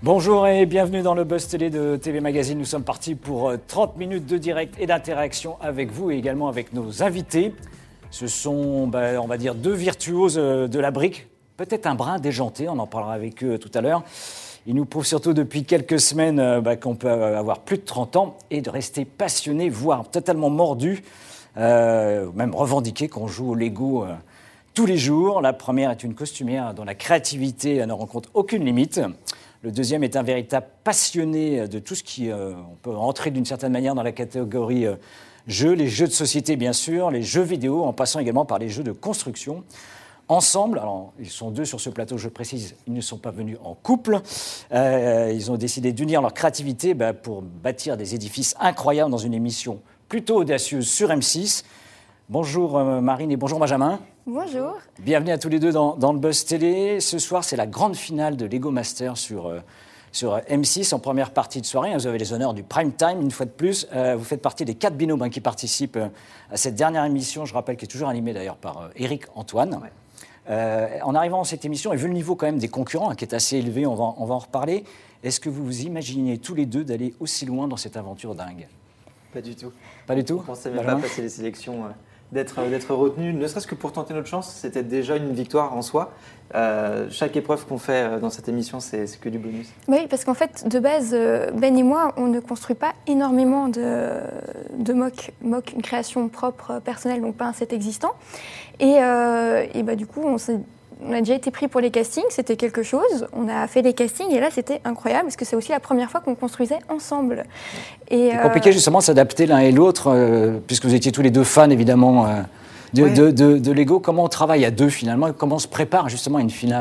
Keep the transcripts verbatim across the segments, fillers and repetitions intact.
Bonjour et bienvenue dans le Buzz Télé de T V Magazine. Nous sommes partis pour trente minutes de direct et d'interaction avec vous et également avec nos invités. Ce sont, ben, on va dire, deux virtuoses de la brique, peut-être un brin déjanté, on en parlera avec eux tout à l'heure. Ils nous prouvent surtout depuis quelques semaines ben, qu'on peut avoir plus de trente ans et de rester passionné, voire totalement mordu, euh, même revendiqué qu'on joue au Lego euh, tous les jours. La première est une costumière dont la créativité ne rencontre aucune limite. Le deuxième est un véritable passionné de tout ce qui euh, on peut entrer d'une certaine manière dans la catégorie euh, jeux, les jeux de société bien sûr, les jeux vidéo, en passant également par les jeux de construction. Ensemble, alors ils sont deux sur ce plateau, je précise, ils ne sont pas venus en couple. Euh, ils ont décidé d'unir leur créativité bah, pour bâtir des édifices incroyables dans une émission plutôt audacieuse sur M six. Bonjour euh, Marine et bonjour Benjamin. Bonjour. Bienvenue à tous les deux dans, dans le Buzz Télé. Ce soir, c'est la grande finale de Lego Master sur, euh, sur M six en première partie de soirée. Vous avez les honneurs du prime time, une fois de plus. Euh, vous faites partie des quatre binômes hein, qui participent euh, à cette dernière émission. Je rappelle qu'elle est toujours animée d'ailleurs par euh, Éric Antoine. Ouais. Euh, en arrivant dans cette émission, et vu le niveau quand même des concurrents, hein, qui est assez élevé, on va, on va en reparler, est-ce que vous vous imaginez tous les deux d'aller aussi loin dans cette aventure dingue ? Pas du tout. Pas du tout ? On ne pensait même pas passer les sélections. Euh... D'être, d'être retenu, ne serait-ce que pour tenter notre chance, c'était déjà une victoire en soi. Euh, chaque épreuve qu'on fait dans cette émission, c'est, c'est que du bonus. Oui, parce qu'en fait, de base, Ben et moi, on ne construit pas énormément de, de mock, mock, une création propre, personnelle, donc pas un set existant. Et, euh, et bah, du coup, on s'est... On a déjà été pris pour les castings, c'était quelque chose. On a fait les castings et là, c'était incroyable parce que c'est aussi la première fois qu'on construisait ensemble. Et c'est compliqué euh... justement de s'adapter l'un et l'autre, euh, puisque vous étiez tous les deux fans évidemment euh, de, ouais. de, de, de Lego. Comment on travaille à deux finalement ? Comment on se prépare justement à une finale ?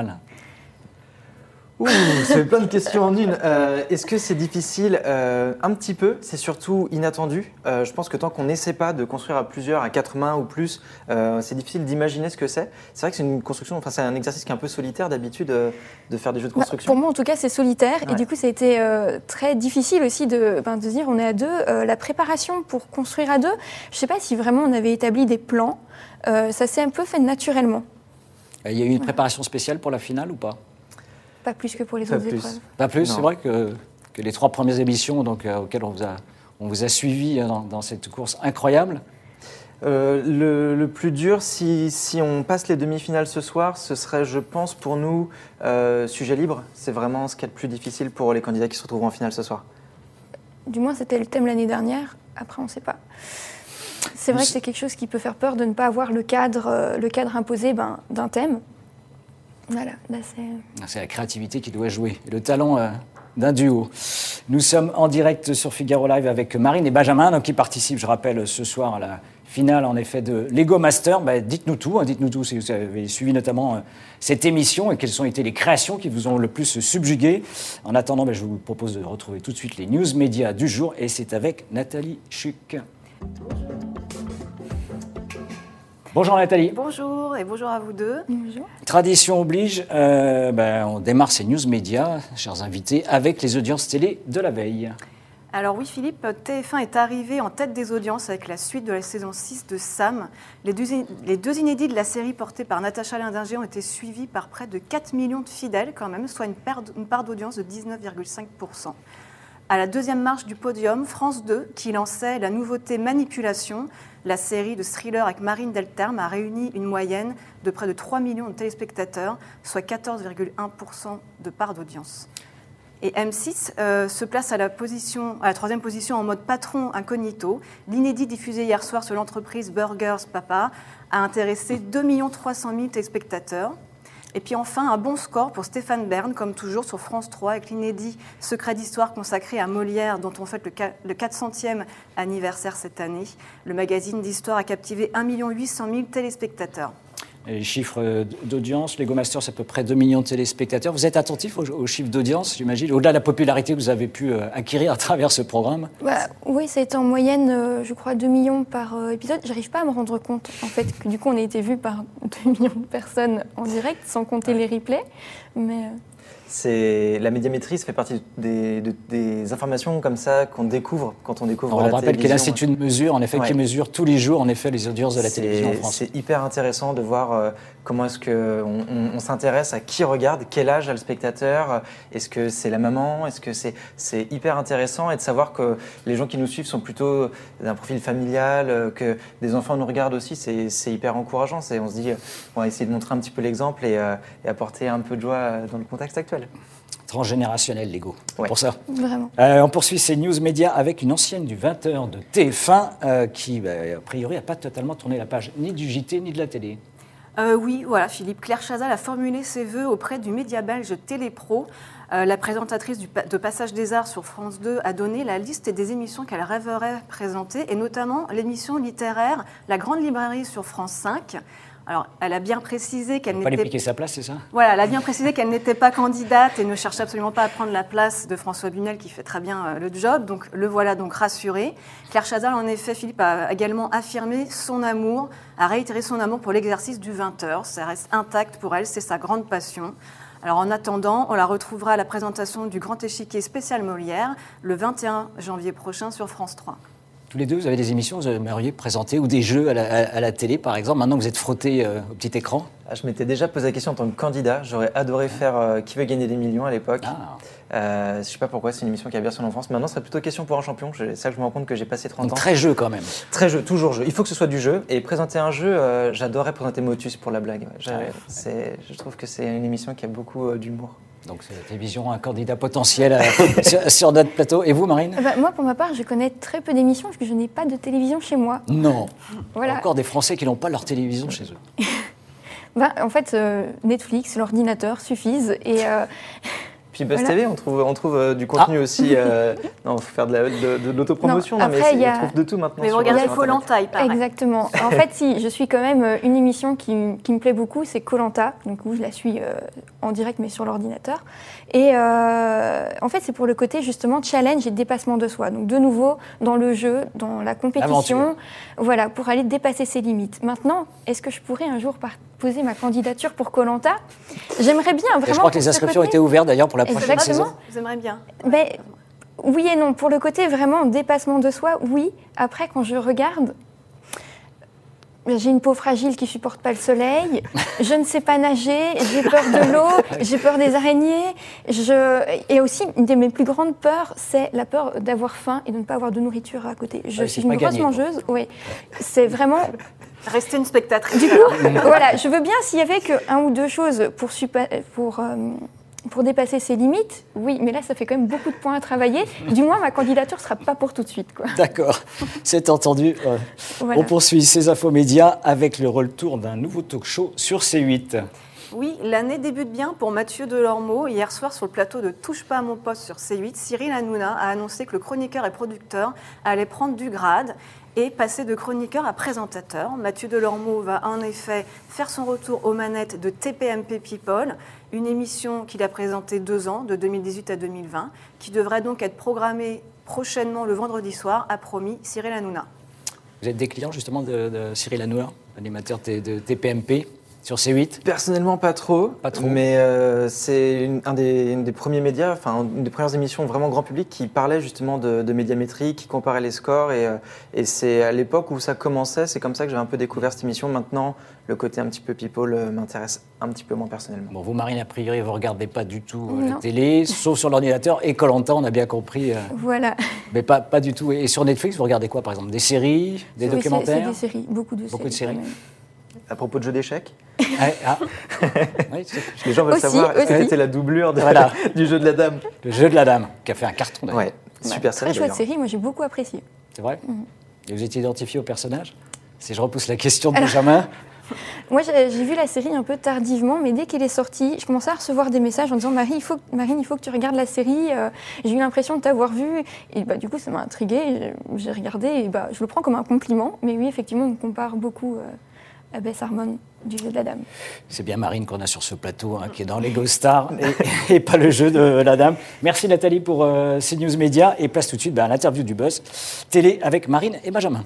Ouh, ça fait plein de questions en une. Euh, est-ce que c'est difficile ? euh, Un petit peu, c'est surtout inattendu. Euh, je pense que tant qu'on n'essaie pas de construire à plusieurs, à quatre mains ou plus, euh, c'est difficile d'imaginer ce que c'est. C'est vrai que c'est une construction, enfin c'est un exercice qui est un peu solitaire d'habitude euh, de faire des jeux de construction. Bah, pour moi en tout cas c'est solitaire ouais. Et du coup ça a été euh, très difficile aussi de, ben, de se dire on est à deux. Euh, la préparation pour construire à deux, je ne sais pas si vraiment on avait établi des plans. Euh, ça s'est un peu fait naturellement. Il y a eu une préparation spéciale pour la finale ou pas ? Pas plus que pour les pas autres plus. épreuves. Pas plus, non. C'est vrai que, que les trois premières émissions donc, euh, auxquelles on vous a, on vous a suivis dans, dans cette course incroyable. Euh, le, le plus dur, si, si on passe les demi-finales ce soir, ce serait, je pense, pour nous, euh, sujet libre. C'est vraiment ce qui est le plus difficile pour les candidats qui se retrouveront en finale ce soir. Du moins, c'était le thème l'année dernière. Après, on ne sait pas. C'est vrai que c'est quelque chose qui peut faire peur de ne pas avoir le cadre, euh, le cadre imposé ben, d'un thème. Voilà, là c'est... C'est la créativité qui doit jouer, et le talent euh, d'un duo. Nous sommes en direct sur Figaro Live avec Marine et Benjamin, donc, qui participent, je rappelle, ce soir à la finale en effet de Lego Master. Bah, dites-nous tout, hein, dites-nous tout si vous avez suivi notamment euh, cette émission et quelles ont été les créations qui vous ont le plus subjugué. En attendant, bah, je vous propose de retrouver tout de suite les news médias du jour et c'est avec Nathalie Chuc. Bonjour Nathalie. Bonjour et bonjour à vous deux. Bonjour. Tradition oblige, euh, ben, on démarre ces news médias, chers invités, avec les audiences télé de la veille. Alors oui Philippe, T F un est arrivé en tête des audiences avec la suite de la saison six de Sam. Les deux, les deux inédits de la série portée par Natacha Lindinger ont été suivis par près de quatre millions de fidèles quand même, soit une part, une part d'audience de dix-neuf virgule cinq pour cent. À la deuxième marche du podium, France deux, qui lançait la nouveauté Manipulation, la série de thriller avec Marine Delterme a réuni une moyenne de près de trois millions de téléspectateurs, soit quatorze virgule un pour cent de part d'audience. Et M six euh, se place à la, position, à la troisième position en mode patron incognito. L'inédit diffusé hier soir sur l'entreprise Burgers Papa a intéressé deux millions trois cent mille téléspectateurs. Et puis enfin, un bon score pour Stéphane Bern, comme toujours sur France trois, avec l'inédit Secret d'Histoire consacré à Molière, dont on fête le quatre centième anniversaire cette année. Le magazine d'histoire a captivé un million huit cent mille téléspectateurs. Les chiffres d'audience, Lego Master, c'est à peu près deux millions de téléspectateurs. Vous êtes attentif aux, aux chiffres d'audience, j'imagine, au-delà de la popularité que vous avez pu euh, acquérir à travers ce programme. Bah, oui, ça a été en moyenne, euh, je crois, deux millions par euh, épisode. J'arrive pas à me rendre compte, en fait, que du coup, on a été vu par deux millions de personnes en direct, sans compter les replays. Mais... Euh... C'est, la médiamétrie, ça fait partie des, de, des informations comme ça qu'on découvre quand on découvre on la télévision. On rappelle que l'Institut de mesure, en effet, ouais. qui mesure tous les jours, en effet, les audiences de la c'est, télévision en France. C'est hyper intéressant de voir euh, comment est-ce qu'on on, on s'intéresse à qui regarde, quel âge a le spectateur, est-ce que c'est la maman, est-ce que c'est, c'est hyper intéressant et de savoir que les gens qui nous suivent sont plutôt d'un profil familial, euh, que des enfants nous regardent aussi, c'est, c'est hyper encourageant. C'est, on se dit, on va essayer de montrer un petit peu l'exemple et, euh, et apporter un peu de joie dans le contexte actuel. Transgénérationnel, Lego, Ouais. pour ça. Vraiment. Euh, on poursuit ces news médias avec une ancienne du vingt heures de T F un euh, qui, bah, a priori, n'a pas totalement tourné la page ni du J T ni de la télé. Euh, oui, voilà, Philippe. Claire Chazal a formulé ses vœux auprès du média belge Télépro. Euh, la présentatrice du, de Passage des Arts sur France deux a donné la liste des émissions qu'elle rêverait présenter, et notamment l'émission littéraire La Grande Librairie sur France cinq. Alors, elle a bien précisé qu'elle Pas lui n'était piquer sa place, c'est ça? Voilà, elle a bien précisé qu'elle n'était pas candidate et ne cherchait absolument pas à prendre la place de François Bunel, qui fait très bien euh, le job. Donc, le voilà donc rassuré. Claire Chazal, en effet, Philippe a également affirmé son amour, a réitéré son amour pour l'exercice du vingt heures. Ça reste intact pour elle, c'est sa grande passion. Alors, en attendant, on la retrouvera à la présentation du Grand Échiquier spécial Molière le vingt et un janvier prochain sur France trois. Tous les deux, vous avez des émissions que vous aimeriez présenter ou des jeux à la, à, à la télé, par exemple, maintenant que vous êtes frottés euh, au petit écran? Ah, je m'étais déjà posé la question en tant que candidat. J'aurais adoré faire euh, Qui veut gagner des millions à l'époque. Ah. Euh, je ne sais pas pourquoi, c'est une émission qui a bercé son enfance. Maintenant, ce serait plutôt question pour un champion. Je- C'est ça que je me rends compte que j'ai passé trente Donc ans. très jeu quand même. Très jeu, toujours jeu. Il faut que ce soit du jeu. Et présenter un jeu, euh, j'adorais présenter Motus pour la blague. Ouais. J'ai- Ah ouais. c'est- je trouve que c'est une émission qui a beaucoup euh, d'humour. Donc c'est la télévision, un candidat potentiel euh, sur, sur notre plateau. Et vous, Marine? Euh, bah, moi, pour ma part, je connais très peu d'émissions parce que je n'ai pas de télévision chez moi. Non. Voilà. Encore des Français qui n'ont pas leur télévision chez eux. Bah, en fait, euh, Netflix, l'ordinateur suffisent. Et euh, Puis Buzz Voilà. T V, on trouve, on trouve euh, du contenu aussi. Euh, non, il faut faire de, la, de, de l'autopromotion, Non, non, mais après, c'est- il y a- on trouve de tout maintenant. Mais vous sur- regardez sur Internet. Koh-Lanta, il paraît. exactement. En fait, si, je suis quand même euh, une émission qui, qui me plaît beaucoup, c'est Koh-Lanta. Donc, où je la suis euh, en direct, mais sur l'ordinateur. Et euh, en fait, c'est pour le côté justement challenge et dépassement de soi. Donc, de nouveau, dans le jeu, dans la compétition, L'aventure. voilà, pour aller dépasser ses limites. Maintenant, est-ce que je pourrais un jour par- poser ma candidature pour Koh-Lanta? J'aimerais bien, vraiment. Et je crois que pour les ce inscriptions côté- étaient ouvertes d'ailleurs pour la prochaine Exactement. saison. Vous aimeriez bien. Ben, oui et non. Pour le côté vraiment dépassement de soi, oui. Après, quand je regarde, j'ai une peau fragile qui supporte pas le soleil. Je ne sais pas nager. J'ai peur de l'eau. J'ai peur des araignées. Je... Et aussi, une de mes plus grandes peurs, c'est la peur d'avoir faim et de ne pas avoir de nourriture à côté. Je Ouais, suis c'est une pas grosse gagné, quoi. mangeuse. Oui. C'est vraiment. Restez une spectatrice. Du coup, voilà, je veux bien s'il y avait que un ou deux choses pour, supa- pour, euh, pour dépasser ses limites. Oui, mais là, ça fait quand même beaucoup de points à travailler. Du moins, ma candidature ne sera pas pour tout de suite, quoi. D'accord, c'est entendu. Euh, Voilà. On poursuit ces infos médias avec le retour d'un nouveau talk show sur C huit. Oui, l'année débute bien pour Mathieu Delormeau. Hier soir, sur le plateau de Touche pas à mon poste sur C huit, Cyril Hanouna a annoncé que le chroniqueur et producteur allait prendre du grade et passer de chroniqueur à présentateur. Mathieu Delormeau va en effet faire son retour aux manettes de T P M P People, une émission qu'il a présentée deux ans, de deux mille dix-huit à deux mille vingt, qui devrait donc être programmée prochainement le vendredi soir, a promis Cyril Hanouna. Vous êtes des clients justement de, de Cyril Hanouna, animateur de, de T P M P sur C huit? Personnellement, pas trop. Pas trop. Mais euh, c'est une, un des, une des premiers médias, enfin une des premières émissions vraiment grand public qui parlait justement de, de médiamétrie, qui comparait les scores. Et, euh, et c'est à l'époque où ça commençait, c'est comme ça que j'ai un peu découvert cette émission. Maintenant, le côté un petit peu people euh, m'intéresse un petit peu moins personnellement. Bon, vous, Marine, a priori, vous ne regardez pas du tout euh, la Non. télé, sauf sur l'ordinateur et Koh-Lanta, on a bien compris. euh, Voilà. mais pas, pas du tout. Et sur Netflix, vous regardez quoi, par exemple? Des séries, des Oui, c'est- documentaires? C'est des séries, beaucoup de séries. Beaucoup de séries. quand même. À propos de jeux d'échecs, Ah, ah. Oui, c'est les gens veulent Aussi, savoir est-ce que aussi. c'était la doublure de- Voilà. du jeu de la dame. Le jeu de la dame, qui a fait un carton d'ailleurs. Ouais, super Très série chouette d'ailleurs. série, moi j'ai beaucoup apprécié. C'est vrai? Et vous étiez identifié au personnage? Si je repousse la question de Benjamin. Moi j'ai j'ai vu la série un peu tardivement, mais dès qu'elle est sortie, je commençais à recevoir des messages en disant Marie, il faut, que- Marine, il faut que tu regardes la série. euh, j'ai eu l'impression de t'avoir vue. Et bah, du coup, ça m'a intriguée. J'ai j'ai regardé et bah, je le prends comme un compliment. Mais oui, effectivement, on me compare beaucoup euh, à Bess Harmon du jeu de la dame. C'est bien Marine qu'on a sur ce plateau, hein, qui est dans Lego Star et, et pas le jeu de la dame. Merci Nathalie pour euh, ces news médias. Et place tout de suite bah, à l'interview du Buzz Télé avec Marine et Benjamin.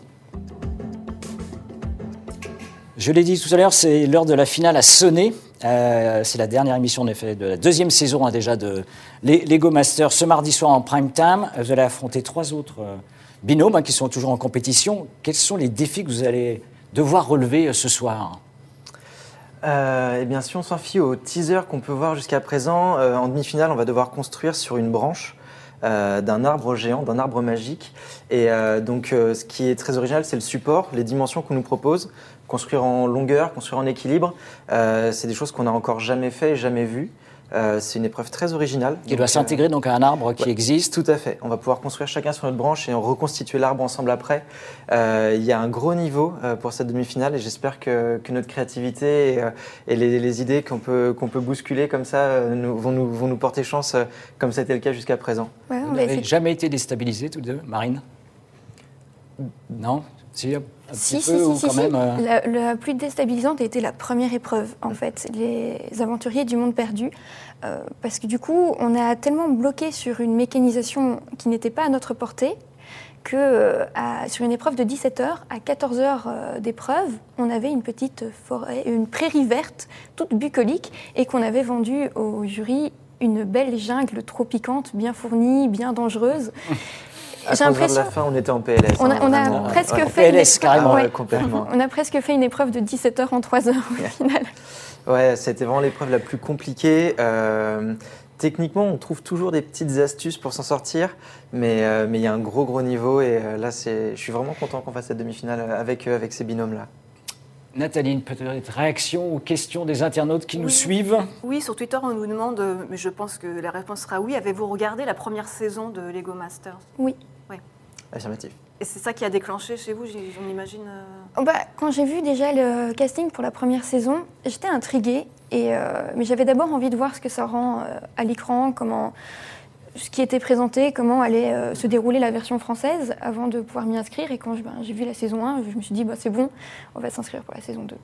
Je l'ai dit tout à l'heure, c'est l'heure de la finale à sonner. Euh, c'est la dernière émission en effet de la deuxième saison hein, déjà de Les- Lego Masters. Ce mardi soir en prime time, vous allez affronter trois autres euh, binômes hein, qui sont toujours en compétition. Quels sont les défis que vous allez devoir relever euh, ce soir? Euh, eh bien, si on s'en fie au teaser qu'on peut voir jusqu'à présent, euh, en demi-finale, on va devoir construire sur une branche euh, d'un arbre géant, d'un arbre magique. Et euh, donc, euh, ce qui est très original, c'est le support, les dimensions qu'on nous propose. Construire en longueur, construire en équilibre, euh, c'est des choses qu'on n'a encore jamais fait et jamais vues. Euh, c'est une épreuve très originale. Qui doit s'intégrer euh, donc à un arbre qui ouais, existe. Tout à fait. On va pouvoir construire chacun sur notre branche et reconstituer l'arbre ensemble après. Euh, il y a un gros niveau euh, pour cette demi-finale et j'espère que, que notre créativité et, euh, et les, les idées qu'on peut, qu'on peut bousculer comme ça euh, nous, vont, nous, vont nous porter chance euh, comme ça a été le cas jusqu'à présent. Ouais, Vous n'avez jamais été déstabilisés tous les deux, Marine? Non? Si, un si, petit si, peu, si, ou si, quand si. même, euh... La, la plus déstabilisante a été la première épreuve, en fait, les aventuriers du monde perdu. Euh, parce que du coup, on a tellement bloqué sur une mécanisation qui n'était pas à notre portée que euh, à, sur une épreuve de dix-sept heures, à quatorze heures euh, d'épreuve, on avait une petite forêt, une prairie verte, toute bucolique, et qu'on avait vendue au jury une belle jungle trop piquante, bien fournie, bien dangereuse. À J'ai l'impression de l'impression. la fin, on était en P L S. On a, hein, on a vraiment, presque ouais. fait. P L S, une épreuve, carrément. Ouais, complètement. On a presque fait une épreuve de dix-sept heures en trois heures au final. Ouais, c'était vraiment l'épreuve la plus compliquée. Euh, techniquement, on trouve toujours des petites astuces pour s'en sortir, mais euh, mais il y a un gros gros niveau et euh, là, c'est, je suis vraiment content qu'on fasse cette demi-finale avec eux, avec ces binômes-là. Nathalie, une petite réaction aux questions des internautes qui Oui. nous suivent? Oui, sur Twitter, on nous demande, euh, mais je pense que la réponse sera oui, avez-vous regardé la première saison de Lego Masters? Oui. Affirmatif. Et c'est ça qui a déclenché chez vous, j'ai- on imagine euh... Oh bah, quand j'ai vu déjà le casting pour la première saison, j'étais intriguée. Et, euh, mais j'avais d'abord envie de voir ce que ça rend euh, à l'écran, comment, ce qui était présenté, comment allait euh, se dérouler la version française avant de pouvoir m'y inscrire. Et quand je- ben, j'ai vu la saison un, je me suis dit, bah, c'est bon, on va s'inscrire pour la saison deux.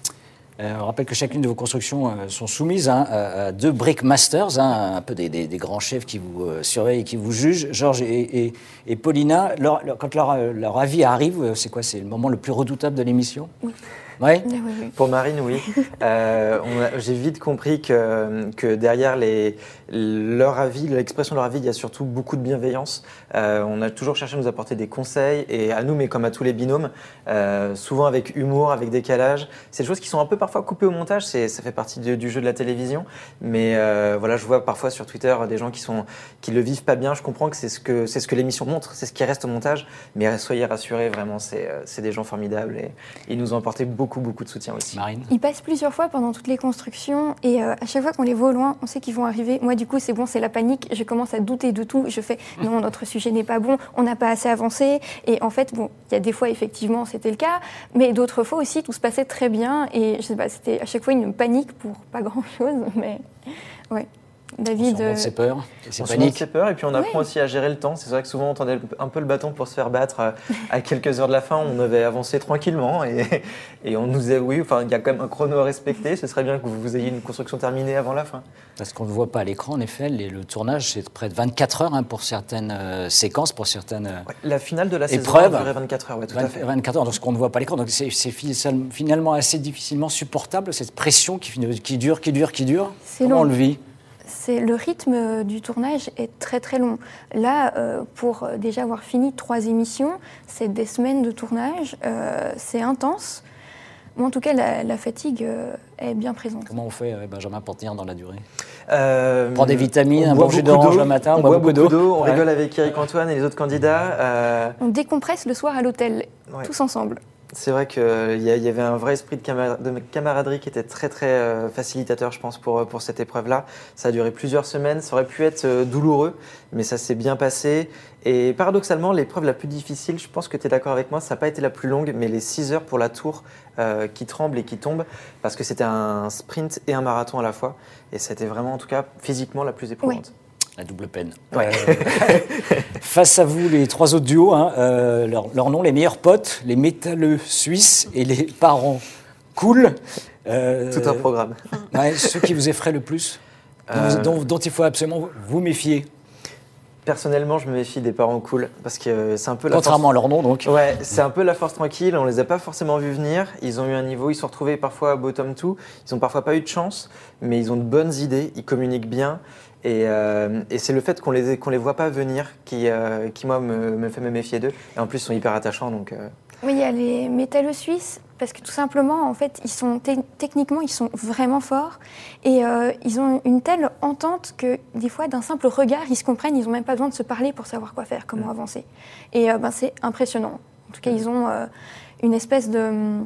Euh, on rappelle que chacune de vos constructions euh, sont soumises hein, à, à deux Brickmasters, hein, un peu des, des- des grands chefs qui vous euh, surveillent et qui vous jugent. Georges et, et- et Paulina, leur- leur- quand leur, euh, leur avis arrive, euh, c'est quoi? C'est le moment le plus redoutable de l'émission? Oui. Ouais. Oui, oui, oui. Pour Marine, oui. Euh, on a- j'ai vite compris que, que derrière les, leur avis, l'expression de leur avis, il y a surtout beaucoup de bienveillance. Euh, on a toujours cherché à nous apporter des conseils, et à nous, mais comme à tous les binômes, euh, souvent avec humour, avec décalage. C'est des choses qui sont un peu parfois coupées au montage, c'est, ça fait partie de- du jeu de la télévision. Mais euh, voilà, je vois parfois sur Twitter des gens qui, sont, qui le vivent pas bien. Je comprends que c'est ce que, c'est ce que l'émission montre, c'est ce qui reste au montage. Mais soyez rassurés, vraiment, c'est, euh, c'est des gens formidables et ils nous ont apporté beaucoup Beaucoup, beaucoup de soutien aussi. Marine? Ils passent plusieurs fois pendant toutes les constructions et euh, à chaque fois qu'on les voit au loin, on sait qu'ils vont arriver. Moi, du coup, c'est bon, c'est la panique. Je commence à douter de tout. Je fais non, notre sujet n'est pas bon, on n'a pas assez avancé. Et en fait, bon, il y a des fois, effectivement, c'était le cas, mais d'autres fois aussi, tout se passait très bien. Et je sais pas, c'était à chaque fois une panique pour pas grand-chose, mais ouais. David. On surmonte ses peurs et ses On surmonte paniques. ses peurs et puis on apprend Oui. aussi à gérer le temps. C'est vrai que souvent on tendait un peu le bâton pour se faire battre euh, à quelques heures de la fin. On avait avancé tranquillement et, et on nous disait oui, enfin il y a quand même un chrono à respecter. Ce serait bien que vous, vous ayez une construction terminée avant la fin. Parce qu'on ne voit pas à l'écran, en effet, les- le tournage, c'est près de vingt-quatre heures hein, pour certaines euh, séquences, pour certaines euh, Ouais, la finale de la saison Épreuve. a duré vingt-quatre heures, ouais, tout à vingt- fait. vingt-quatre heures, donc ce qu'on ne voit pas à l'écran. Donc c'est c'est fi- finalement assez difficilement supportable, cette pression qui, fin- qui dure, qui dure, qui dure. C'est Comment long. on le vit? C'est, le rythme du tournage est très très long. Là, euh, pour euh, déjà avoir fini trois émissions, c'est des semaines de tournage, euh, c'est intense. Mais en tout cas, la, la fatigue euh, est bien présente. Comment on fait, euh, Benjamin, pour tenir dans la durée? Euh, Prend des vitamines, on un boit bon jus beaucoup d'orange d'eau, le matin, on on boit boit beaucoup beaucoup d'eau. d'eau, on Ouais. rigole avec Eric Antoine et les autres candidats. euh, On décompresse le soir à l'hôtel, Ouais. tous ensemble. C'est vrai qu'il y, y avait un vrai esprit de, camar- de camaraderie qui était très très euh, facilitateur, je pense, pour, pour cette épreuve-là. Ça a duré plusieurs semaines, ça aurait pu être euh, douloureux, mais ça s'est bien passé. Et paradoxalement, l'épreuve la plus difficile, je pense que tu es d'accord avec moi, ça n'a pas été la plus longue, mais les six heures pour la tour euh, qui tremble et qui tombe, parce que c'était un sprint et un marathon à la fois. Et c'était vraiment, en tout cas, physiquement la plus éprouvante. La double peine. Ouais. Euh, face à vous, les trois autres duos, hein, euh, leur, leur nom, les meilleurs potes, les métalleux suisses et les parents cool. Euh, Tout un programme. Ouais, ceux qui vous effraient le plus, dont, Euh, vous- dont- dont il faut absolument vous méfier, Personnellement, je me méfie des parents cool, parce que c'est un peu la contrairement à leur nom donc. Ouais, c'est un peu la force tranquille, on les a pas forcément vus venir, ils ont eu un niveau, ils se sont retrouvés parfois à bottom deux, ils ont parfois pas eu de chance, mais ils ont de bonnes idées, ils communiquent bien, et, euh, et c'est le fait qu'on les, qu'on les voit pas venir qui, euh, qui moi, me, me fait me méfier d'eux, et en plus ils sont hyper attachants, donc euh, Oui, il y a les métalleux suisses, parce que tout simplement, en fait, ils sont te- techniquement, ils sont vraiment forts. Et euh, ils ont une telle entente que des fois, d'un simple regard, ils se comprennent, ils n'ont même pas besoin de se parler pour savoir quoi faire, comment avancer. Et euh, ben, c'est impressionnant. En tout cas, ils ont euh, une espèce de...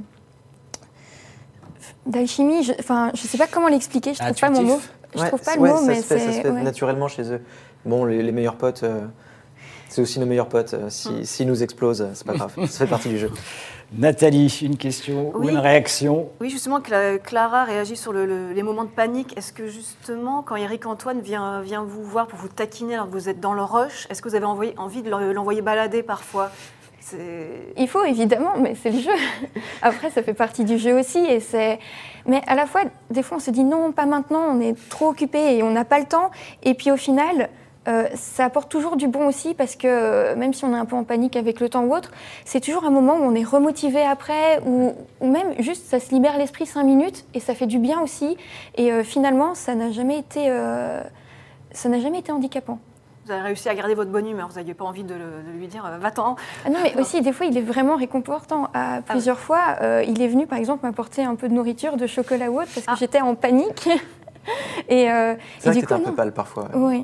d'alchimie. Je, enfin, je ne sais pas comment l'expliquer, je ne trouve pas mon mot. Je Ouais, trouve pas c'est- le ouais, mot, ça mais se fait, ça se c'est... fait ouais. naturellement chez eux. Bon, les, les meilleurs potes, euh, c'est aussi nos meilleurs potes. Euh, si- S'ils nous explosent, c'est pas grave, ça fait partie du jeu. Nathalie, une question ou Oui. une réaction? Oui, justement, Cla- Clara réagit sur le- le- les moments de panique. Est-ce que justement, quand Eric Antoine vient, vient vous voir pour vous taquiner alors que vous êtes dans le rush, est-ce que vous avez envoyé- envie de l'en- l'envoyer balader parfois? C'est- Il faut évidemment, mais c'est le jeu. Après, ça fait partie du jeu aussi. Et c'est... Mais à la fois, des fois, on se dit non, pas maintenant, on est trop occupé et on n'a pas le temps. Et puis au final, euh, ça apporte toujours du bon aussi parce que euh, même si on est un peu en panique avec le temps ou autre, c'est toujours un moment où on est remotivé après ou, ou même juste ça se libère l'esprit cinq minutes et ça fait du bien aussi. Et euh, finalement, ça n'a jamais été, euh, ça n'a jamais été handicapant. Vous avez réussi à garder votre bonne humeur. Vous n'aviez pas envie de, le- de lui dire euh, va-t'en. Ah non, mais aussi, des fois, il est vraiment réconfortant. À plusieurs fois, euh, il est venu, par exemple, m'apporter un peu de nourriture, de chocolat ou autre, parce que Ah. j'étais en panique. et, euh, C'est vrai et que du t'étais coup, un peu non. pâle parfois. Oui,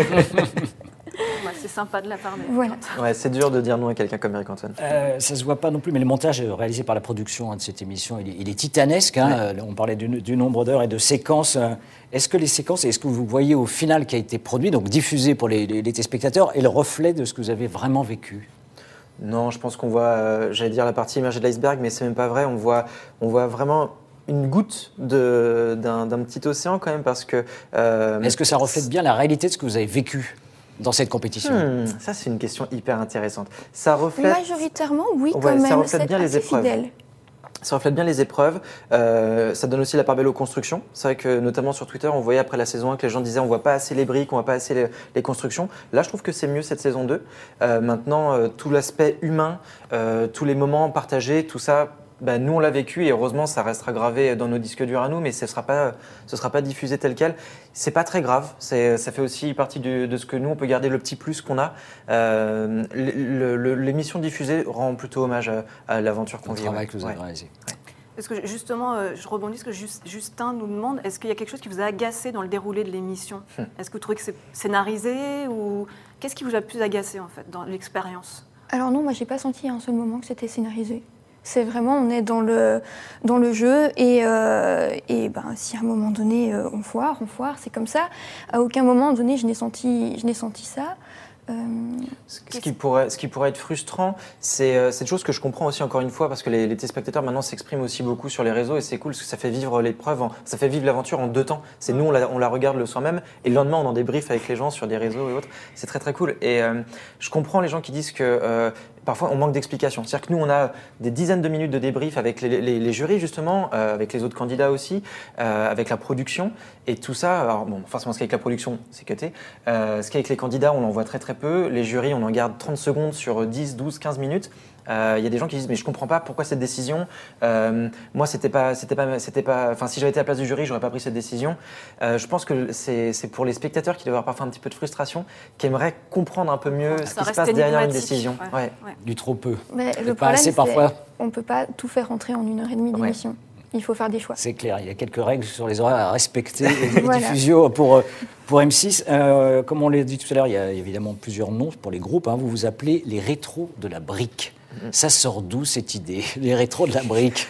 Bah, c'est sympa de la part de voilà. Ouais, c'est dur de dire non à quelqu'un comme Eric Antoine. Euh, ça se voit pas non plus, mais le montage réalisé par la production hein, de cette émission, il est, il est titanesque. Hein. Euh, On parlait du, du nombre d'heures et de séquences. Euh, Est-ce que les séquences, est-ce que vous voyez au final qui a été produit, donc diffusé pour les, les, les téléspectateurs, est le reflet de ce que vous avez vraiment vécu? Non, je pense qu'on voit, euh, j'allais dire la partie immergée de l'iceberg, mais c'est même pas vrai. On voit, on voit vraiment une goutte de- d'un d'un petit océan quand même parce que. euh, Est-ce que ça reflète bien la réalité de ce que vous avez vécu dans cette compétition? Hmm, ça, c'est une question hyper intéressante. Ça reflète. Majoritairement, oui, Ouais, quand ça même. reflète C'est bien les assez épreuves. fidèle. Ça reflète bien les épreuves. Euh, ça donne aussi la part belle aux constructions. C'est vrai que notamment sur Twitter, on voyait après la saison un que les gens disaient on voit pas assez les briques, on voit pas assez les, les constructions. Là, je trouve que c'est mieux cette saison deux. Euh, maintenant, euh, tout l'aspect humain, euh, tous les moments partagés, tout ça, bah, nous on l'a vécu et heureusement ça restera gravé dans nos disques durs à nous, mais ce sera pas, ce sera pas diffusé tel quel. C'est pas très grave. C'est, ça fait aussi partie du- de ce que nous on peut garder le petit plus qu'on a. Euh, le- le- l'émission diffusée rend plutôt hommage à, à l'aventure qu'on Le vit. travail ouais. que vous avez Ouais. réalisé. Est-ce que justement, euh, je rebondis ce que Jus- Justin nous demande, est-ce qu'il y a quelque chose qui vous a agacé dans le déroulé de l'émission? Hmm. Est-ce que vous trouvez que c'est scénarisé ou qu'est-ce qui vous a le plus agacé en fait dans l'expérience? Alors non, moi, j'ai pas senti à un seul moment que c'était scénarisé. C'est vraiment, on est dans le, dans le jeu et, euh, et ben, si à un moment donné, euh, on foire, on foire, c'est comme ça. À aucun moment donné, je n'ai senti, je n'ai senti ça. Euh, Ce ce qui, pourrait, ce qui pourrait être frustrant, c'est euh, cette chose que je comprends aussi encore une fois, parce que les, les téléspectateurs maintenant s'expriment aussi beaucoup sur les réseaux et c'est cool parce que ça fait vivre l'épreuve, en- ça fait vivre l'aventure en deux temps. C'est nous, on la, on la regarde le soir même et le lendemain, on en débriefe avec les gens sur des réseaux et autres. C'est très très cool. Et euh, je comprends les gens qui disent que euh, parfois on manque d'explications. C'est-à-dire que nous, on a des dizaines de minutes de débrief avec les, les- les jurys justement, euh, avec les autres candidats aussi, euh, avec la production et tout ça. Alors bon, forcément, ce qui est avec la production, c'est cuté. Euh, ce qui est avec les candidats, on en voit très très peu. Les jurys, on en garde trente secondes sur dix, douze, quinze minutes. Il euh, y a des gens qui disent mais je comprends pas pourquoi cette décision. Euh, moi c'était pas c'était pas c'était pas. Enfin si j'avais été à la place du jury j'aurais pas pris cette décision. Euh, je pense que c'est c'est pour les spectateurs qui doivent avoir parfois un petit peu de frustration, qui aimeraient comprendre un peu mieux ce Ça qui se reste passe derrière une énigmatique. décision. Ouais. Ouais. Ouais. Du trop peu. mais Et le pas problème, assez c'est parfois. on peut pas tout faire rentrer en une heure et demie Ouais. d'émission. Il faut faire des choix. C'est clair, il y a quelques règles sur les horaires à respecter et les Voilà. diffusions pour, euh, pour M six. Euh, comme on l'a dit tout à l'heure, il y a évidemment plusieurs noms pour les groupes. Hein. Vous vous appelez les rétros de la brique. Ça sort d'où cette idée, les rétros de la brique?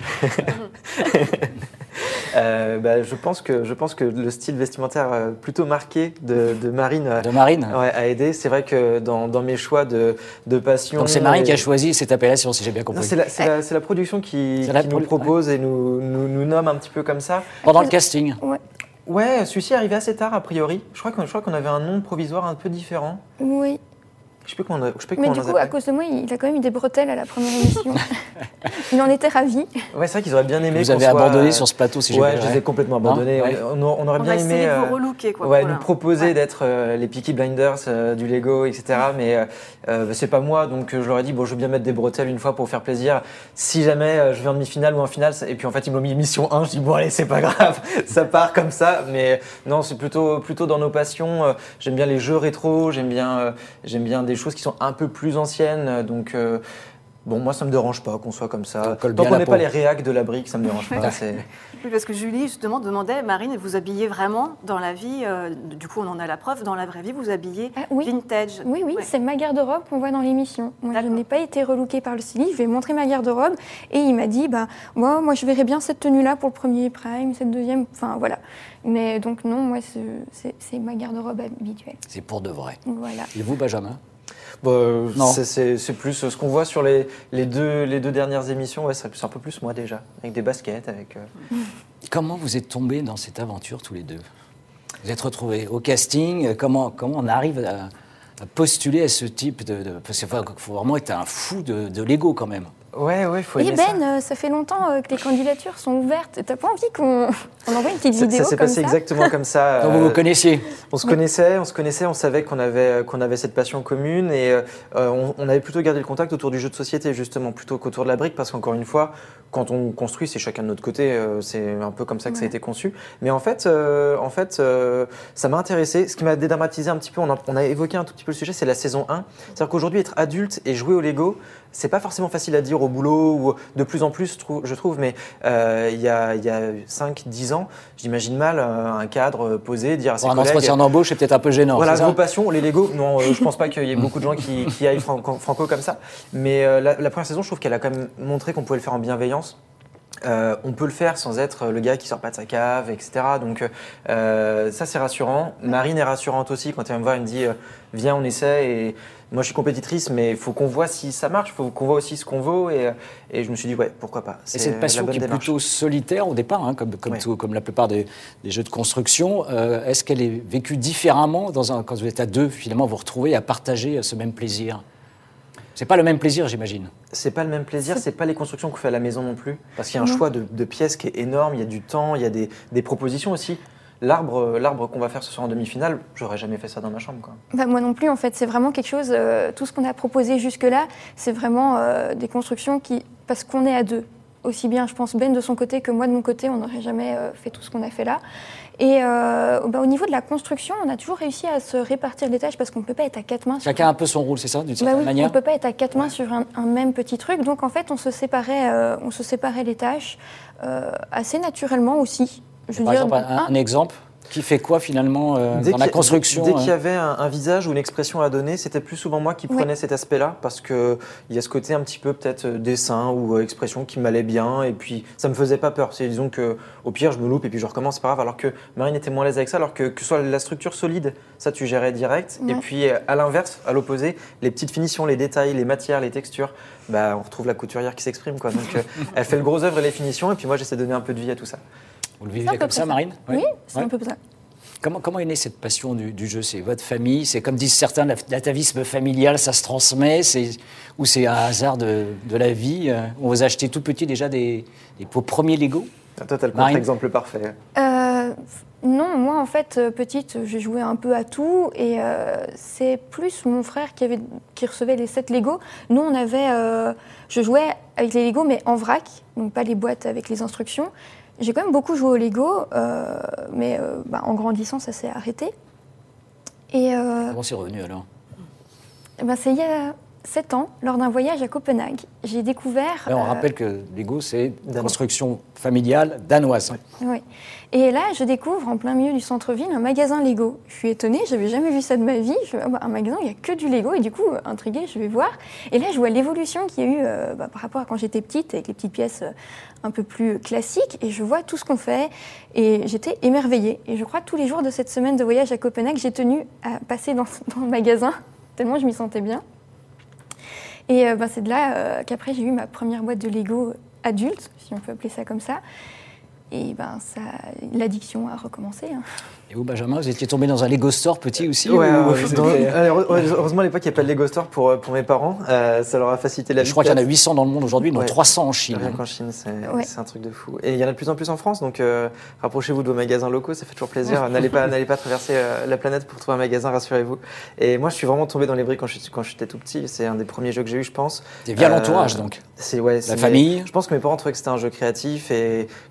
Euh, bah, je pense que je pense que le style vestimentaire euh, plutôt marqué de, de Marine euh, De Marine. ouais, a aidé. C'est vrai que dans, dans mes choix de, de passion. Donc c'est Marine et- qui a choisi cette appellation, si j'ai bien Non, compris. c'est la, c'est la- c'est la production qui, C'est la qui nous le produ- propose et nous, nous, nous nomme un petit peu comme ça. Pendant le casting. Ouais. Ouais, celui-ci est arrivé assez tard a priori. Je crois qu'on je crois qu'on avait un nom provisoire un peu différent. Oui. Je sais plus comment on, a- je sais plus Mais comment du on coup, les à appelle. cause de moi, il a quand même eu des bretelles à la première émission. Il en était ravi. Ouais, c'est vrai qu'ils auraient bien aimé. Vous qu'on avez soit- abandonné sur ce plateau, si j'ai Ouais, bien je les ai complètement abandonnés. Hein, ouais. on, on- on aurait On bien a essayé aimé. de euh, vous relooker quoi. Ouais, voilà. nous proposer Ouais. d'être euh, les Peaky Blinders, euh, du Lego, et cetera. Mais euh, euh, c'est pas moi, donc euh, je leur ai dit bon, je veux bien mettre des bretelles une fois pour faire plaisir. Si jamais euh, je vais en demi-finale ou en finale, ça- et puis en fait ils m'ont mis mission un, je dis bon allez c'est pas grave, ça part comme ça. Mais non, c'est plutôt plutôt dans nos passions. Euh, j'aime bien les jeux rétro, j'aime bien euh, j'aime bien des choses qui sont un peu plus anciennes. euh, Donc euh, Bon, moi, ça me dérange pas qu'on soit comme ça. colle Tant bien qu'on la n'est peau. pas les réacs de la brique, ça me dérange pas. c'est- Oui, parce que Julie, justement, demandait, Marine, vous habillez vraiment dans la vie, euh, du coup, on en a la preuve, dans la vraie vie, vous habillez Ah, oui. vintage. Oui, oui, Ouais. c'est ma garde-robe qu'on voit dans l'émission. Moi, je D'accord. n'ai pas été relookée par le styliste, je lui ai montré ma garde-robe et il m'a dit, bah, moi, moi, je verrais bien cette tenue-là pour le premier prime, cette deuxième, enfin voilà. Mais donc non, moi, c'est- c'est c'est ma garde-robe habituelle. C'est pour de vrai. Voilà. Et vous, Benjamin? Bon, euh, Non. c'est- c'est c'est plus ce qu'on voit sur les, les, deux, les deux dernières émissions. Ouais, c'est c'est un peu plus moi déjà, avec des baskets, avec. euh, Comment vous êtes tombés dans cette aventure tous les deux? Vous êtes retrouvés au casting. Comment, comment on arrive à, à postuler à ce type de... de parce qu'il faut, faut vraiment être un fou de, de Lego quand même. Ouais, ouais, faut Et aimer ça. Ben, euh, ça fait longtemps euh, que les candidatures sont ouvertes. T'as pas envie qu'on on envoie une petite Ça, vidéo ça s'est comme passé ça exactement comme ça. Donc vous euh, vous connaissiez? On se connaissait, on se connaissait, on savait qu'on avait, qu'on avait cette passion commune et euh, on, on avait plutôt gardé le contact autour du jeu de société justement, plutôt qu'autour de la brique parce qu'encore une fois, quand on construit, c'est chacun de notre côté, euh, c'est un peu comme ça que ça a Ouais. été conçu. Mais en fait, euh, en fait euh, ça m'a intéressé. Ce qui m'a dédramatisé un petit peu, on a, on a évoqué un tout petit peu le sujet, c'est la saison un. C'est-à-dire qu'aujourd'hui, être adulte et jouer au Lego, c'est pas forcément facile à dire au boulot ou de plus en plus, je trouve, mais euh, il y a, il y a cinq dix ans, j'imagine mal euh, un cadre posé, dire à ses Pour un collègues... entretien d'embauche, c'est peut-être un peu gênant. Voilà, c'est ça vos passions, les Lego. Non, euh, je pense pas qu'il y ait beaucoup de gens qui, qui aillent franco, franco comme ça. Mais euh, la, la première saison, je trouve qu'elle a quand même montré qu'on pouvait le faire en bienveillance. Euh, on peut le faire sans être le gars qui sort pas de sa cave, et cetera. Donc euh, ça, c'est rassurant. Marine est rassurante aussi quand elle me voit, elle me dit euh, viens, on essaie. Et moi, je suis compétitrice, mais il faut qu'on voit si ça marche. Il faut qu'on voit aussi ce qu'on vaut. Et, et je me suis dit ouais, pourquoi pas. Et cette passion la bonne qui est démarche. plutôt solitaire au départ, hein, comme, comme, Ouais. tout- comme la plupart des, des jeux de construction, euh, est-ce qu'elle est vécue différemment dans un, quand vous êtes à deux, finalement, vous retrouvez à partager ce même plaisir? C'est pas le même plaisir, j'imagine. C'est pas le même plaisir, c'est pas les constructions qu'on fait à la maison non plus. Parce qu'il y a un Non. choix de, de pièces qui est énorme, il y a du temps, il y a des, des propositions aussi. L'arbre, l'arbre qu'on va faire ce soir en demi-finale, j'aurais jamais fait ça dans ma chambre, quoi. Bah, moi non plus, en fait, c'est vraiment quelque chose. euh, tout ce qu'on a proposé jusque-là, c'est vraiment euh, des constructions qui, parce qu'on est à deux. Aussi bien, je pense, Ben de son côté que moi de mon côté, on n'aurait jamais euh, fait tout ce qu'on a fait là. Et euh, bah, au niveau de la construction, on a toujours réussi à se répartir les tâches parce qu'on ne peut pas être à quatre mains. sur- Chacun a un peu son rôle, c'est ça, d'une Bah certaine oui, on manière? ne peut pas être à quatre mains sur un, un même petit truc. Donc en fait, on se séparait, euh, on se séparait les tâches euh, assez naturellement aussi. Je veux Par dire, exemple, un, un- un exemple qui fait quoi finalement euh, Dès dans la qu'il y a- construction? Dès qu'il y hein avait un, un visage ou une expression à donner, c'était plus souvent moi qui Ouais. prenais cet aspect-là, parce qu'il y a ce côté un petit peu peut-être euh, dessin ou euh, expression qui m'allait bien, et puis ça me faisait pas peur. C'est disons que au pire je me loupe et puis je recommence, c'est pas grave. Alors que Marine était moins à l'aise avec ça, alors que que ce soit la structure solide, ça tu gérais direct, et Ouais. puis euh, à l'inverse, à l'opposé, les petites finitions, les détails, les matières, les textures, bah on retrouve la couturière qui s'exprime, quoi. Donc euh, elle fait le gros œuvre et les finitions, et puis moi j'essaie de donner un peu de vie à tout ça. Vous le C'est vivez un peu comme près ça, ça. Marine? Oui, Ouais. c'est Ouais. un peu ça. Comment, comment est née cette passion du, du jeu? C'est votre famille? C'est comme disent certains, la- l'atavisme familial, ça se transmet? C'est, ou c'est un hasard de, de la vie? euh, On vous a acheté tout petit déjà des, des, vos premiers Lego? Toi, t'as le Marine contre-exemple parfait. Euh, non, moi en fait, euh, petite, j'ai joué un peu à tout et euh, c'est plus mon frère qui, avait, qui recevait les sets Lego. Nous, on avait, euh, je jouais avec les Lego mais en vrac, donc pas les boîtes avec les instructions. J'ai quand même beaucoup joué au Lego, euh, mais euh, bah, en grandissant, ça s'est arrêté. Et euh, Comment c'est revenu alors? bah, c'est il y a sept ans, lors d'un voyage à Copenhague, j'ai découvert... Ouais, on euh, rappelle que Lego, c'est une Danois. construction familiale danoise. Oui. Et là, je découvre en plein milieu du centre-ville un magasin Lego. Je suis étonnée, j'avais jamais vu ça de ma vie. Je fais, ah bah, un magasin, il n'y a que du Lego. Et du coup, intriguée, je vais voir. Et là, je vois l'évolution qu'il y a eu euh, bah, par rapport à quand j'étais petite, avec les petites pièces euh, un peu plus classiques. Et je vois tout ce qu'on fait. Et j'étais émerveillée. Et je crois que tous les jours de cette semaine de voyage à Copenhague, j'ai tenu à passer dans, dans le magasin, tellement je m'y sentais bien. Et euh, bah, c'est de là euh, qu'après, j'ai eu ma première boîte de Lego adulte, si on peut appeler ça comme ça. Et ben, ça, l'addiction a recommencé. Hein. Et vous, Benjamin, vous étiez tombé dans un Lego Store petit aussi? Ouais, ou- ouais, ou- c'est- alors, heureusement à l'époque il n'y a pas de Lego Store pour, pour mes parents, euh, ça leur a facilité la vie. Je crois qu'il y en a huit cents dans le monde aujourd'hui, dont Ouais. trois cents en Chine. Rien qu'en Chine, c'est Ouais. c'est un truc de fou. Et il y en a de plus en plus en France, donc euh, rapprochez-vous de vos magasins locaux, ça fait toujours plaisir. N'allez pas, n'allez pas traverser euh, la planète pour trouver un magasin, rassurez-vous. Et moi je suis vraiment tombé dans les briques quand je- quand j'étais tout petit, c'est un des premiers jeux que j'ai eu, je pense. C'est via Euh, l'entourage, donc. C'est, ouais, c'est La mes- famille. Je pense que mes parents trouvaient que c'était un jeu créatif et que ça devait aussi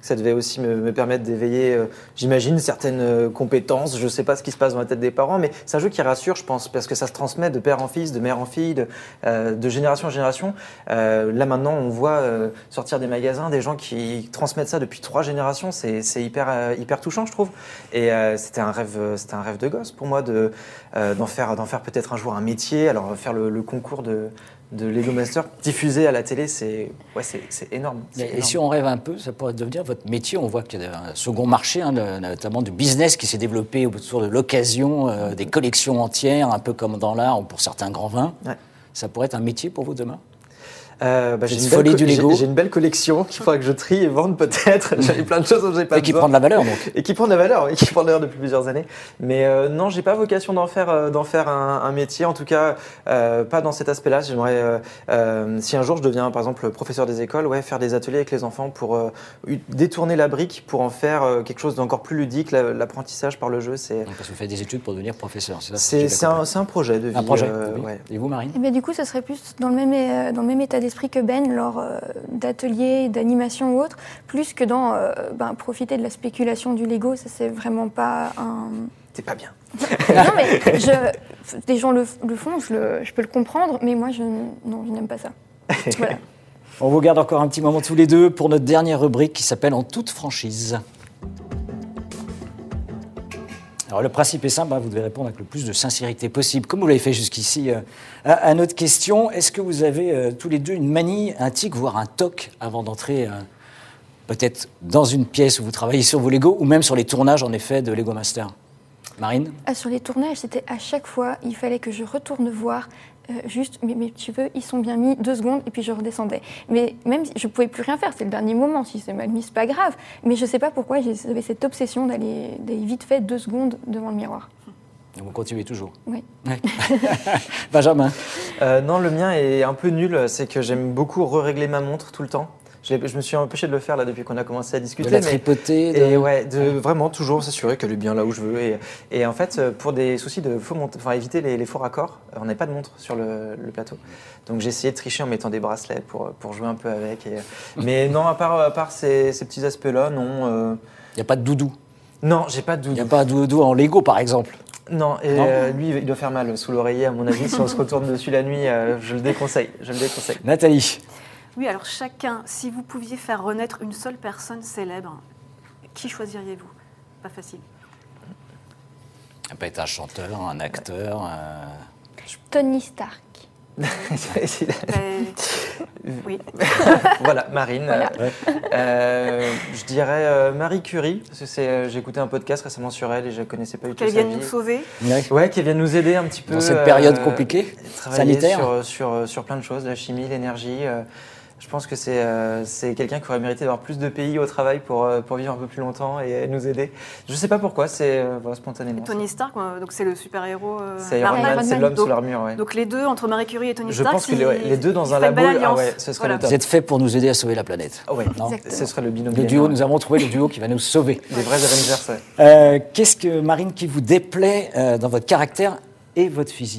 aussi me, me permettre d'éveiller, euh, j'imagine, certaines euh, compétences. Je ne sais pas ce qui se passe dans la tête des parents, mais c'est un jeu qui rassure, je pense, parce que ça se transmet de père en fils, de mère en fille, de, euh, de génération en génération. Euh, là maintenant, on voit euh, sortir des magasins, des gens qui transmettent ça depuis trois générations. C'est, c'est hyper, euh, hyper touchant, je trouve. Et euh, c'était un rêve, c'était un rêve de gosse pour moi de, euh, d'en faire, d'en faire peut-être un jour un métier. Alors faire le, le concours de de Lego Master diffusé à la télé, c'est, ouais, c'est, c'est énorme. C'est et énorme. si on rêve un peu, ça pourrait devenir votre métier. On voit qu'il y a un second marché, hein, notamment du business qui s'est développé autour de l'occasion, euh, des collections entières, un peu comme dans l'art ou pour certains grands vins. Ouais. Ça pourrait être un métier pour vous demain ? Euh, bah, j'ai, une belle, co- j'ai, j'ai une belle collection qu'il faudra que je trie et vende peut-être. J'ai plein de choses dont j'ai pas et besoin. Et qui prend de la valeur donc. Et qui prend de la valeur, oui, qui prend de la valeur depuis plusieurs années. Mais euh, non, j'ai pas vocation d'en faire, euh, d'en faire un, un métier. En tout cas, euh, pas dans cet aspect-là. J'aimerais, euh, euh, si un jour je deviens par exemple professeur des écoles, ouais, faire des ateliers avec les enfants pour euh, détourner la brique pour en faire euh, quelque chose d'encore plus ludique. La, l'apprentissage par le jeu, c'est. Donc, parce que vous faites des études pour devenir professeur, c'est ça ? C'est, c'est, un, c'est un projet de vie. Un projet. Euh, oui. ouais. Et vous, Marine ? Et bien, du coup, ce serait plus dans le même, dans le même état d'esprit que Ben, lors euh, d'ateliers, d'animation ou autre, plus que dans euh, ben, profiter de la spéculation du Lego. Ça, c'est vraiment pas un. C'est pas bien. Non, mais je, des gens le, le font, je, le, je peux le comprendre, mais moi, je, non, je n'aime pas ça. Voilà. On vous garde encore un petit moment tous les deux pour notre dernière rubrique qui s'appelle En toute franchise. Alors le principe est simple, hein, vous devez répondre avec le plus de sincérité possible, comme vous l'avez fait jusqu'ici euh, à, à notre question. Est-ce que vous avez euh, tous les deux une manie, un tic, voire un toc avant d'entrer euh, peut-être dans une pièce où vous travaillez sur vos Lego ou même sur les tournages en effet de Lego Master ? Marine ? Ah, sur les tournages, c'était à chaque fois, il fallait que je retourne voir euh, juste, mais mes cheveux, ils sont bien mis, deux secondes, et puis je redescendais. Mais même, si je ne pouvais plus rien faire, c'est le dernier moment, si c'est mal mis, c'est pas grave. Mais je ne sais pas pourquoi j'avais cette obsession d'aller, d'aller vite fait deux secondes devant le miroir. Et vous continuez toujours ? Oui. Ouais. Benjamin ? euh, Non, le mien est un peu nul, c'est que j'aime beaucoup re-régler ma montre tout le temps. Je, je me suis empêché de le faire là depuis qu'on a commencé à discuter. De la tripoter. De... Et ouais, de vraiment toujours s'assurer qu'elle est bien là où je veux. Et, et en fait, pour des soucis de faux mont... enfin éviter les, les faux raccords, on n'avait pas de montre sur le, le plateau. Donc j'ai essayé de tricher en mettant des bracelets pour, pour jouer un peu avec. Et... Mais non, à part, à part ces, ces petits aspects-là, non. Il euh... n'y a pas de doudou. Non, j'ai pas de doudou. Il n'y a pas de doudou en Lego par exemple. Non, et non. Euh, lui, il doit faire mal sous l'oreiller, à mon avis. Si on se retourne dessus la nuit, euh, je le déconseille. Je le déconseille. Nathalie. Oui, alors chacun, si vous pouviez faire renaître une seule personne célèbre, qui choisiriez-vous ? Pas facile. Ça peut être un chanteur, un acteur. Un... Tony Stark. Mais... Oui. Voilà, Marine. Voilà. Euh, euh, je dirais euh, Marie Curie, parce que c'est, euh, j'ai écouté un podcast récemment sur elle et je ne connaissais pas du tout sa vie. Qu'elle vienne nous sauver. Ouais, ouais qu'elle vienne nous aider un petit peu. Dans cette période euh, compliquée, sanitaire. Sur, sur, sur plein de choses, la chimie, l'énergie. Euh, je pense que c'est, euh, c'est quelqu'un qui aurait mérité d'avoir plus de pays au travail pour, euh, pour vivre un peu plus longtemps et nous aider. Je ne sais pas pourquoi, c'est euh, voilà, spontanément. Et Tony Stark, donc c'est le super-héros. Euh, c'est Iron Man, c'est l'homme donc, sous l'armure. Ouais. Donc les deux, entre Marie Curie et Tony je Stark, pense que les, les deux dans un labo, ah ouais, ce serait voilà. le top. Vous êtes fait pour nous aider à sauver la planète. Oh ouais, non, ce serait le binôme. Le duo, nous avons trouvé le duo qui va nous sauver. Des vrais Avengers, ouais. Euh, qu'est-ce que, Marine, qui vous déplaît euh, dans votre caractère et votre physique ?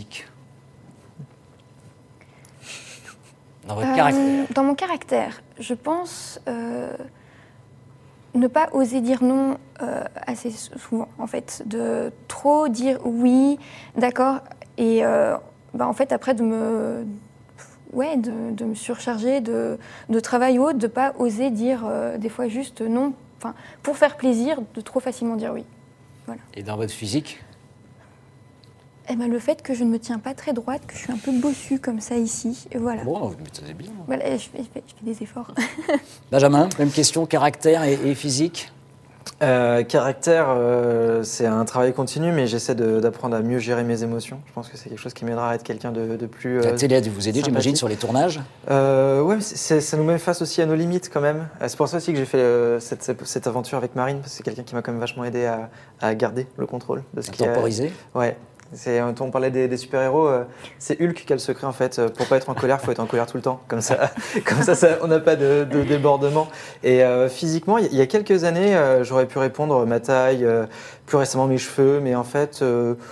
Dans votre euh, caractère. Dans mon caractère, je pense euh, ne pas oser dire non euh, assez souvent, en fait. De trop dire oui, d'accord, et euh, bah, en fait, après, de me, ouais, de, de me surcharger de, de travail ou autre, de ne pas oser dire euh, des fois juste non, enfin, pour faire plaisir, de trop facilement dire oui. Voilà. Et dans votre physique ? Eh ben, le fait que je ne me tiens pas très droite, que je suis un peu bossue comme ça ici, et voilà. Bon, vous c'est bien. Voilà, je fais, je fais, je fais des efforts. Benjamin, même question, caractère et, et physique ? euh, Caractère, euh, c'est un travail continu, mais j'essaie de, d'apprendre à mieux gérer mes émotions. Je pense que c'est quelque chose qui m'aidera à être quelqu'un de, de plus euh, La télé a dû vous aider, j'imagine, sur les tournages ? euh, Oui, ça nous met face aussi à nos limites quand même. C'est pour ça aussi que j'ai fait euh, cette, cette, cette aventure avec Marine, parce que c'est quelqu'un qui m'a quand même vachement aidé à, à garder le contrôle de ce à qui temporiser. A... Ouais. C'est, on parlait des, des super-héros, euh, c'est Hulk qui a le secret en fait. Pour pas être en colère, il faut être en colère tout le temps. Comme ça, comme ça, ça on n'a pas de, de débordement. Et euh, physiquement, il y a quelques années, euh, j'aurais pu répondre ma taille, euh, plus récemment mes cheveux, mais en fait, euh,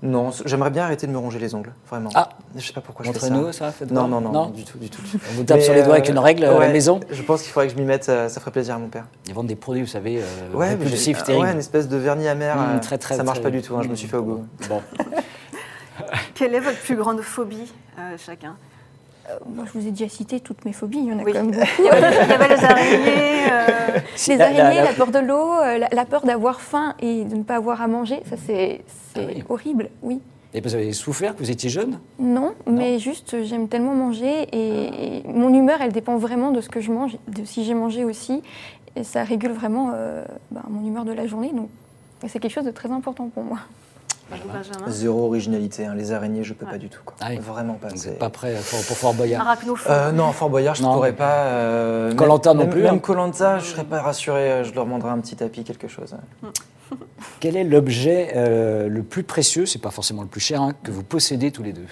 Non, j'aimerais bien arrêter de me ronger les ongles, vraiment. Ah. Je sais pas pourquoi je fais ça. Montrez-nous ça, faites Non, voir. non, non, du tout, du tout. On vous tape Mais, sur les doigts euh, avec une règle à ouais, la maison. Je pense qu'il faudrait que je m'y mette, ça, ça ferait plaisir à mon père. Ils vendent des produits, vous savez, euh, Ouais, mais j'ai- répulsifs, terribles. ouais, une espèce de vernis amer, Mmh, euh, très, très, ça marche très- pas du tout, hein, je me suis fait au goût. Bon. Quelle est votre plus grande phobie, euh, chacun? Euh, moi, je vous ai déjà cité toutes mes phobies, il y en a Oui. quand même beaucoup. Il y avait, il y avait les araignées. euh, Les La- araignées, la- la, la- peur de l'eau, euh, la, la peur d'avoir faim et de ne pas avoir à manger, ça c'est c'est Ah oui. horrible, oui. Et vous avez souffert, que vous étiez jeune? Non, mais juste euh, j'aime tellement manger et, et mon humeur elle dépend vraiment de ce que je mange, de si j'ai mangé aussi. Et ça régule vraiment euh, ben, mon humeur de la journée, donc c'est quelque chose de très important pour moi. Benjamin. Zéro originalité, hein, les araignées, je peux Ouais. pas du tout. Quoi. Ah oui. Vraiment pas. Vous c'est- n'êtes pas prêt pour, pour Fort Boyard. Arachnophobie. Euh, non, Fort Boyard, je ne Non. pourrais pas. Euh, Koh Lanta même- non même- plus, hein. Même Koh Lanta, je serais pas rassuré. euh, Je leur demanderais un petit tapis, quelque chose. Quel est l'objet euh, le plus précieux, c'est pas forcément le plus cher, hein, que vous possédez tous les deux?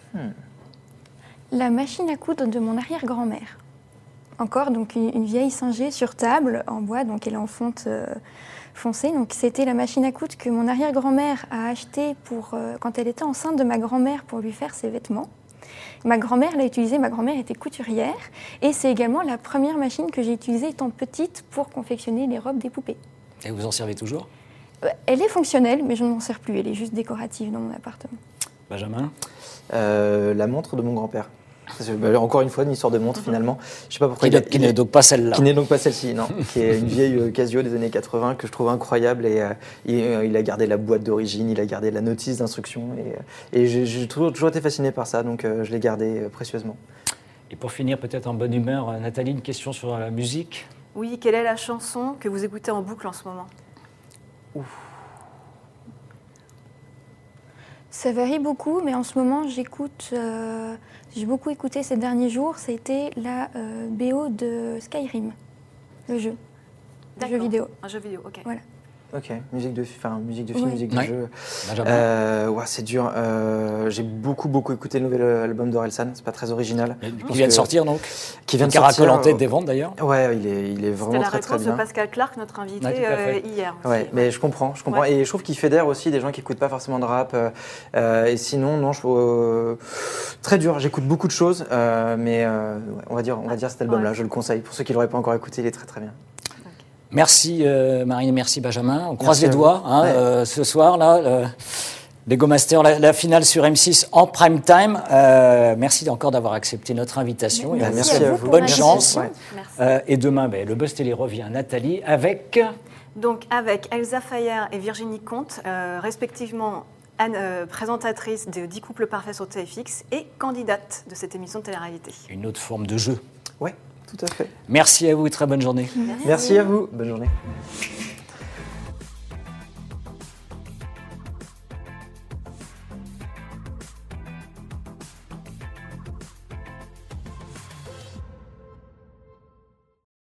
La machine à coudre de mon arrière-grand-mère. Encore donc une, une vieille singée sur table en bois, donc elle est en fonte euh, foncée. Donc c'était la machine à coudre que mon arrière-grand-mère a achetée pour euh, quand elle était enceinte de ma grand-mère pour lui faire ses vêtements. Ma grand-mère l'a utilisée, ma grand-mère était couturière et c'est également la première machine que j'ai utilisée étant petite pour confectionner les robes des poupées. Et vous en servez toujours? Euh, Elle est fonctionnelle, mais je ne m'en sers plus. Elle est juste décorative dans mon appartement. Benjamin? Euh, la montre de mon grand-père. Parce que, bah, encore une fois, une histoire de montre finalement. Je sais pas pourquoi. Qui, il a- ne- qui il n'est a- donc pas celle-là. Qui n'est donc pas celle-ci, non. Qui est une vieille euh, Casio des années quatre-vingts que je trouve incroyable. Et, euh, et, euh, il a gardé la boîte d'origine, il a gardé la notice d'instruction. Et, euh, et j'ai j'ai toujours, toujours été fasciné par ça, donc euh, je l'ai gardé euh, précieusement. Et pour finir, peut-être en bonne humeur, euh, Nathalie, une question sur la musique. Oui, quelle est la chanson que vous écoutez en boucle en ce moment? Ça varie beaucoup, mais en ce moment, j'écoute. euh, j'ai beaucoup écouté ces derniers jours. C'était la euh, B O de Skyrim, le jeu, le jeu D'accord. vidéo. Un jeu vidéo, ok. Voilà. Ok, musique de, fi- enfin, musique de film, Oui. musique de Ouais. jeu. Benjamin? Euh, ouais, c'est dur. Euh, j'ai beaucoup, beaucoup écouté le nouvel album d'Orelsan. C'est pas très original. Qui Parce vient de que- sortir donc? Qui vient de Caracole sortir. en tête des ventes d'ailleurs. Ouais, il est, il est C'était vraiment la très, très réponse de bien. Pascal Clark, notre invité, Ouais, tout à fait. euh, hier. aussi. Ouais, mais je comprends, je comprends. Ouais. Et je trouve qu'il fédère aussi des gens qui n'écoutent pas forcément de rap. euh, euh, et sinon, non, je euh, très dur. J'écoute beaucoup de choses, euh, mais euh, ouais, on va dire, on va dire cet album-là, Ouais. je le conseille. Pour ceux qui l'auraient pas encore écouté, il est très très bien. Merci euh, Marine, merci Benjamin. On croise Merci les à doigts vous. hein, Ouais. euh, ce soir là. Le Lego Master, la, la finale sur M six en prime time. Euh, merci encore d'avoir accepté notre invitation. Et Bah, on vous merci souhaite à vous. bonne Merci. chance. Ouais. Merci. Euh, et demain, ben, le Buzz Télé revient. Nathalie avec. Donc avec Elsa Fayer et Virginie Comte, euh, respectivement Anne, euh, présentatrice de dix couples parfaits sur T F X et candidate de cette émission de télé-réalité. Une autre forme de jeu. Ouais, tout à fait. Merci à vous et très bonne journée. Merci à vous. Bonne journée.